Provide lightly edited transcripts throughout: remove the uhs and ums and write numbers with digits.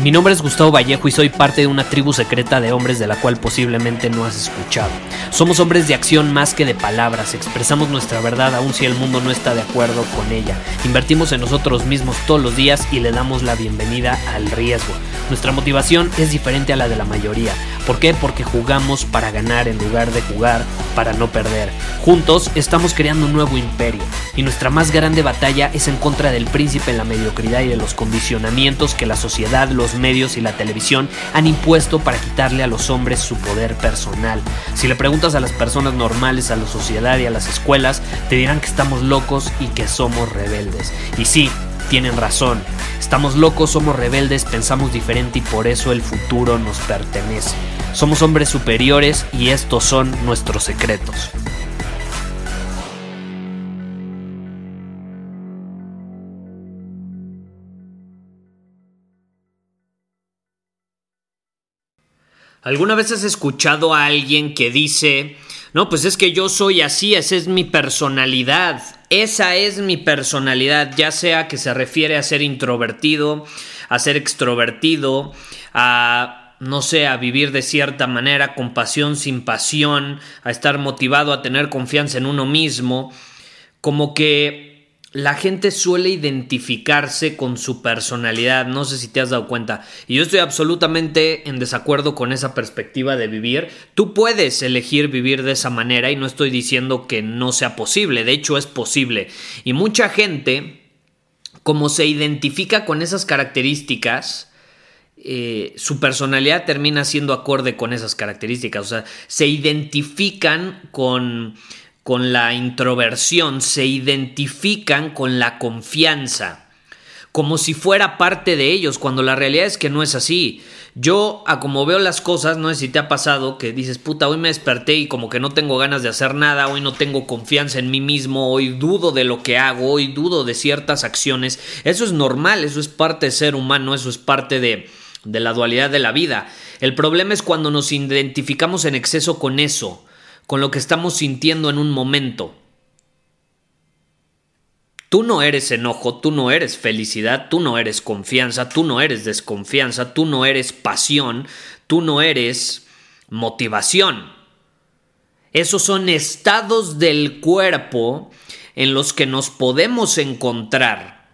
Mi nombre es Gustavo Vallejo y soy parte de una tribu secreta de hombres de la cual posiblemente no has escuchado. Somos hombres de acción más que de palabras, expresamos nuestra verdad aun si el mundo no está de acuerdo con ella. Invertimos en nosotros mismos todos los días y le damos la bienvenida al riesgo. Nuestra motivación es diferente a la de la mayoría. ¿Por qué? Porque jugamos para ganar en lugar de jugar para no perder. Juntos estamos creando un nuevo imperio y nuestra más grande batalla es en contra del príncipe en la mediocridad y de los condicionamientos que la sociedad, los medios y la televisión han impuesto para quitarle a los hombres su poder personal. Si le preguntas a las personas normales, a la sociedad y a las escuelas, te dirán que estamos locos y que somos rebeldes. Y sí, tienen razón. Estamos locos, somos rebeldes, pensamos diferente y por eso el futuro nos pertenece. Somos hombres superiores y estos son nuestros secretos. ¿Alguna vez has escuchado a alguien que dice, no, pues es que yo soy así, esa es mi personalidad, esa es mi personalidad, ya sea que se refiere a ser introvertido, a ser extrovertido, a, no sé, a vivir de cierta manera, con pasión, sin pasión, a estar motivado, a tener confianza en uno mismo, como que la gente suele identificarse con su personalidad, no sé si te has dado cuenta, y yo estoy absolutamente en desacuerdo con esa perspectiva de vivir. Tú puedes elegir vivir de esa manera y no estoy diciendo que no sea posible, de hecho es posible, y mucha gente, como se identifica con esas características, su personalidad termina siendo acorde con esas características, o sea, se identifican con la introversión, se identifican con la confianza, como si fuera parte de ellos, cuando la realidad es que no es así. Yo, a como veo las cosas, no sé si te ha pasado que dices, puta, hoy me desperté y como que no tengo ganas de hacer nada, hoy no tengo confianza en mí mismo, hoy dudo de lo que hago, hoy dudo de ciertas acciones. Eso es normal, eso es parte de ser humano, eso es parte de la dualidad de la vida. El problema es cuando nos identificamos en exceso con eso, con lo que estamos sintiendo en un momento. Tú no eres enojo, tú no eres felicidad, tú no eres confianza, tú no eres desconfianza, tú no eres pasión, tú no eres motivación. Esos son estados del cuerpo en los que nos podemos encontrar.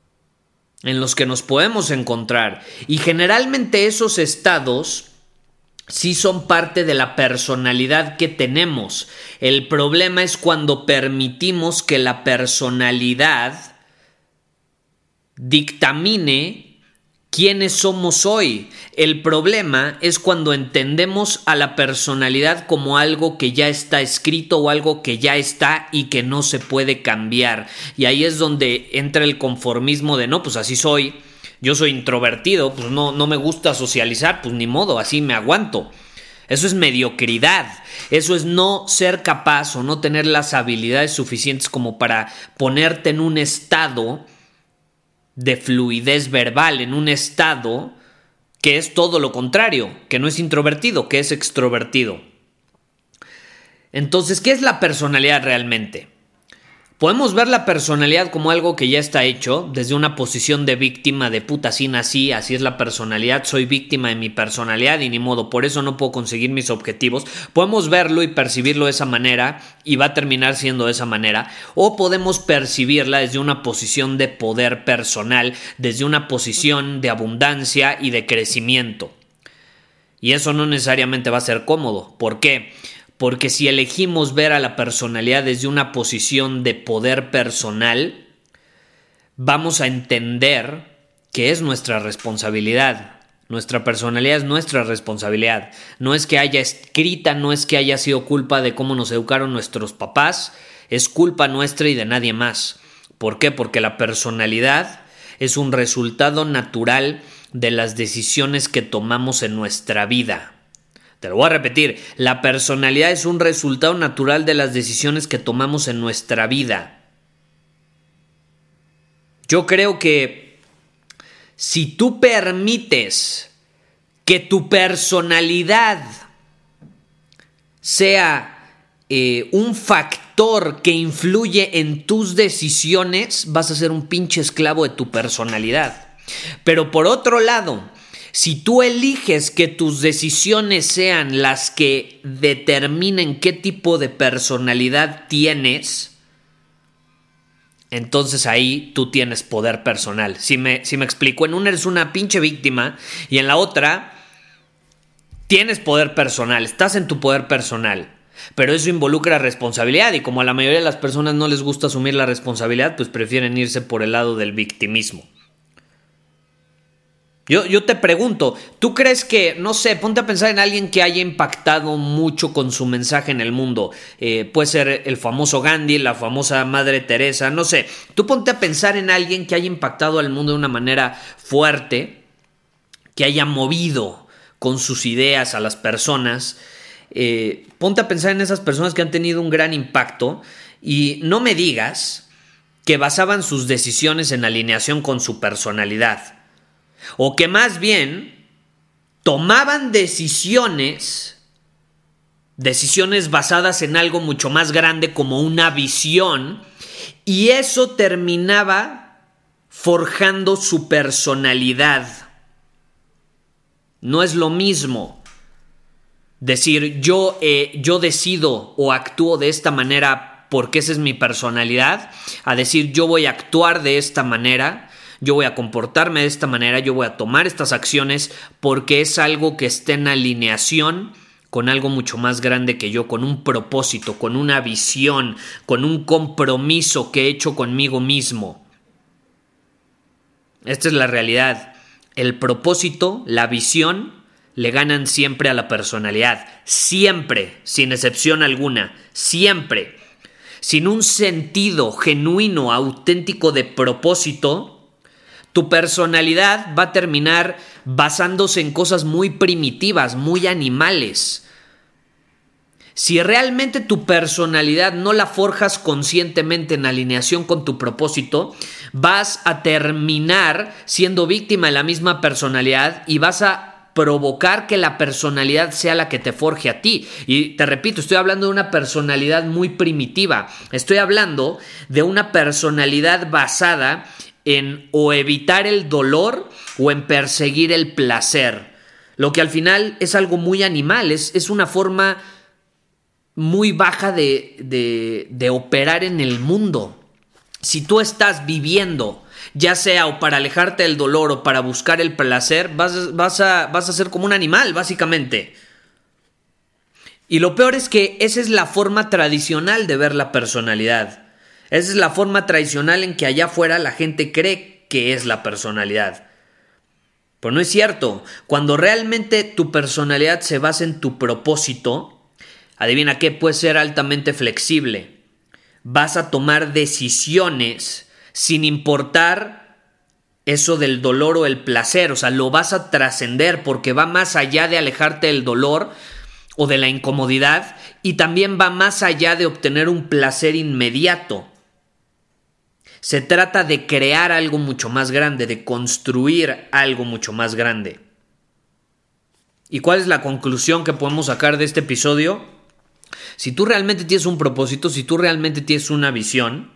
Y generalmente esos estados sí son parte de la personalidad que tenemos. El problema es cuando permitimos que la personalidad dictamine quiénes somos hoy. El problema es cuando entendemos a la personalidad como algo que ya está escrito o algo que ya está y que no se puede cambiar. Y ahí es donde entra el conformismo de no, pues así soy. Yo soy introvertido, pues no me gusta socializar, pues ni modo, así me aguanto. Eso es mediocridad, eso es no ser capaz o no tener las habilidades suficientes como para ponerte en un estado de fluidez verbal, en un estado que es todo lo contrario, que no es introvertido, que es extrovertido. Entonces, ¿qué es la personalidad realmente? Podemos ver la personalidad como algo que ya está hecho, desde una posición de víctima, de puta, así nací, así es la personalidad, soy víctima de mi personalidad y ni modo, por eso no puedo conseguir mis objetivos. Podemos verlo y percibirlo de esa manera y va a terminar siendo de esa manera, o podemos percibirla desde una posición de poder personal, desde una posición de abundancia y de crecimiento. Y eso no necesariamente va a ser cómodo. ¿Por qué? Porque si elegimos ver a la personalidad desde una posición de poder personal, vamos a entender que es nuestra responsabilidad. Nuestra personalidad es nuestra responsabilidad. No es que haya escrita, no es que haya sido culpa de cómo nos educaron nuestros papás, es culpa nuestra y de nadie más. ¿Por qué? Porque la personalidad es un resultado natural de las decisiones que tomamos en nuestra vida. Te lo voy a repetir, la personalidad es un resultado natural de las decisiones que tomamos en nuestra vida. Yo creo que si tú permites que tu personalidad sea un factor que influye en tus decisiones, vas a ser un pinche esclavo de tu personalidad. Pero por otro lado, Si tú eliges que tus decisiones sean las que determinen qué tipo de personalidad tienes, entonces ahí tú tienes poder personal. Si me explico, en una eres una pinche víctima y en la otra tienes poder personal, estás en tu poder personal. Pero eso involucra responsabilidad y como a la mayoría de las personas no les gusta asumir la responsabilidad, pues prefieren irse por el lado del victimismo. Yo te pregunto, ¿tú crees que, no sé, ponte a pensar en alguien que haya impactado mucho con su mensaje en el mundo? Puede ser el famoso Gandhi, la famosa Madre Teresa, no sé. Tú ponte a pensar en alguien que haya impactado al mundo de una manera fuerte, que haya movido con sus ideas a las personas. Ponte a pensar en esas personas que han tenido un gran impacto y no me digas que basaban sus decisiones en alineación con su personalidad. O que más bien tomaban decisiones basadas en algo mucho más grande como una visión y eso terminaba forjando su personalidad. No es lo mismo decir yo decido o actúo de esta manera porque esa es mi personalidad, a decir yo voy a actuar de esta manera, yo voy a comportarme de esta manera, yo voy a tomar estas acciones porque es algo que está en alineación con algo mucho más grande que yo, con un propósito, con una visión, con un compromiso que he hecho conmigo mismo. Esta es la realidad. El propósito, la visión, le ganan siempre a la personalidad. Siempre, sin excepción alguna. Siempre. Sin un sentido genuino, auténtico de propósito, tu personalidad va a terminar basándose en cosas muy primitivas, muy animales. Si realmente tu personalidad no la forjas conscientemente en alineación con tu propósito, vas a terminar siendo víctima de la misma personalidad y vas a provocar que la personalidad sea la que te forje a ti. Y te repito, estoy hablando de una personalidad muy primitiva. Estoy hablando de una personalidad basada en o evitar el dolor o en perseguir el placer. Lo que al final es algo muy animal, es una forma muy baja de operar en el mundo. Si tú estás viviendo, ya sea o para alejarte del dolor o para buscar el placer, vas a ser como un animal, básicamente. Y lo peor es que esa es la forma tradicional de ver la personalidad. Esa es la forma tradicional en que allá afuera la gente cree que es la personalidad. Pero no es cierto. Cuando realmente tu personalidad se basa en tu propósito, adivina qué, puede ser altamente flexible. Vas a tomar decisiones sin importar eso del dolor o el placer. O sea, lo vas a trascender porque va más allá de alejarte del dolor o de la incomodidad y también va más allá de obtener un placer inmediato. Se trata de crear algo mucho más grande, de construir algo mucho más grande. ¿Y cuál es la conclusión que podemos sacar de este episodio? Si tú realmente tienes un propósito, si tú realmente tienes una visión,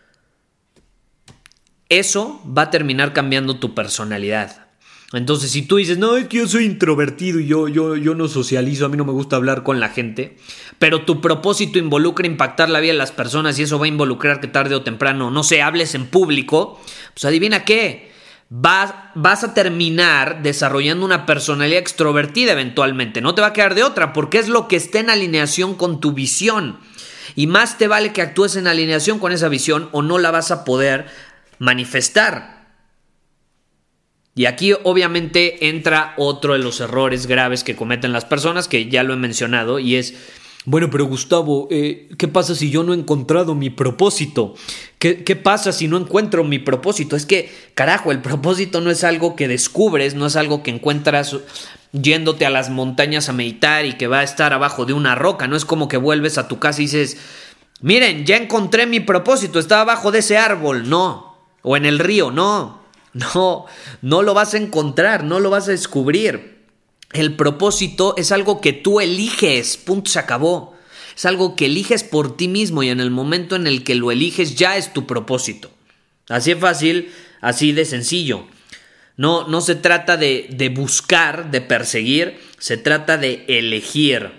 eso va a terminar cambiando tu personalidad. Entonces, si tú dices, no, es que yo soy introvertido y yo no socializo, a mí no me gusta hablar con la gente, pero tu propósito involucra impactar la vida de las personas y eso va a involucrar que tarde o temprano, no sé, hables en público, pues adivina qué, vas a terminar desarrollando una personalidad extrovertida eventualmente, no te va a quedar de otra, porque es lo que está en alineación con tu visión. Y más te vale que actúes en alineación con esa visión o no la vas a poder manifestar. Y aquí obviamente entra otro de los errores graves que cometen las personas, que ya lo he mencionado, y es, bueno, pero Gustavo, ¿qué pasa si yo no he encontrado mi propósito? ¿Qué pasa si no encuentro mi propósito? Es que, carajo, el propósito no es algo que descubres, no es algo que encuentras yéndote a las montañas a meditar y que va a estar abajo de una roca, no es como que vuelves a tu casa y dices, miren, ya encontré mi propósito, está abajo de ese árbol, no, o en el río, no lo vas a encontrar, no lo vas a descubrir. El propósito es algo que tú eliges, punto, se acabó. Es algo que eliges por ti mismo y en el momento en el que lo eliges ya es tu propósito. Así de fácil, así de sencillo. No se trata de buscar, de perseguir, se trata de elegir.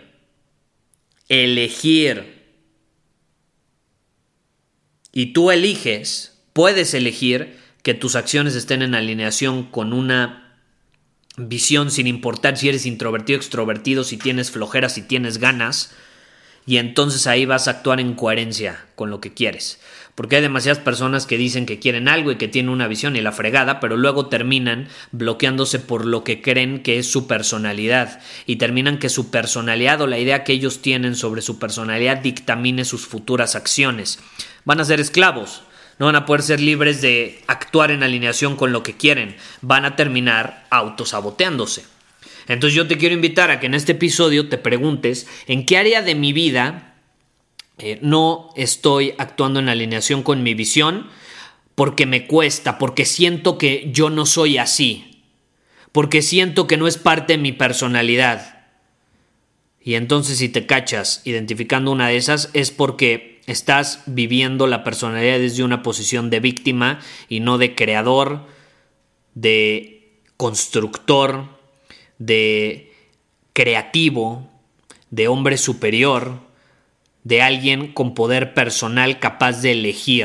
Elegir. Y tú eliges, puedes elegir que tus acciones estén en alineación con una visión, sin importar si eres introvertido, extrovertido, si tienes flojera, si tienes ganas. Y entonces ahí vas a actuar en coherencia con lo que quieres. Porque hay demasiadas personas que dicen que quieren algo y que tienen una visión y la fregada, pero luego terminan bloqueándose por lo que creen que es su personalidad. Y terminan que su personalidad o la idea que ellos tienen sobre su personalidad dictamine sus futuras acciones. Van a ser esclavos. No van a poder ser libres de actuar en alineación con lo que quieren. Van a terminar autosaboteándose. Entonces yo te quiero invitar a que en este episodio te preguntes en qué área de mi vida no estoy actuando en alineación con mi visión porque me cuesta, porque siento que yo no soy así, porque siento que no es parte de mi personalidad. Y entonces si te cachas identificando una de esas es porque estás viviendo la personalidad desde una posición de víctima y no de creador, de constructor, de creativo, de hombre superior, de alguien con poder personal capaz de elegir.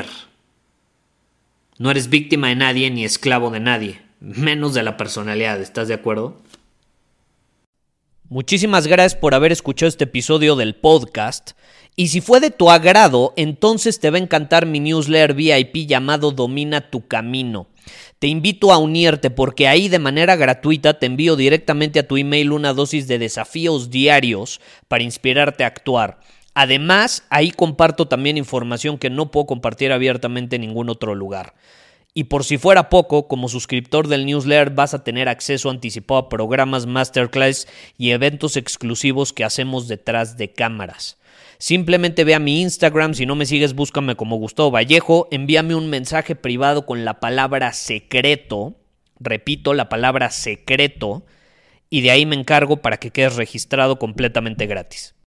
No eres víctima de nadie ni esclavo de nadie, menos de la personalidad, ¿estás de acuerdo? Muchísimas gracias por haber escuchado este episodio del podcast. Y si fue de tu agrado, entonces te va a encantar mi newsletter VIP llamado Domina tu Camino. Te invito a unirte porque ahí de manera gratuita te envío directamente a tu email una dosis de desafíos diarios para inspirarte a actuar. Además, ahí comparto también información que no puedo compartir abiertamente en ningún otro lugar. Y por si fuera poco, como suscriptor del newsletter vas a tener acceso anticipado a programas, masterclass y eventos exclusivos que hacemos detrás de cámaras. Simplemente ve a mi Instagram, si no me sigues búscame como Gustavo Vallejo, envíame un mensaje privado con la palabra secreto, repito, la palabra secreto, y de ahí me encargo para que quedes registrado completamente gratis.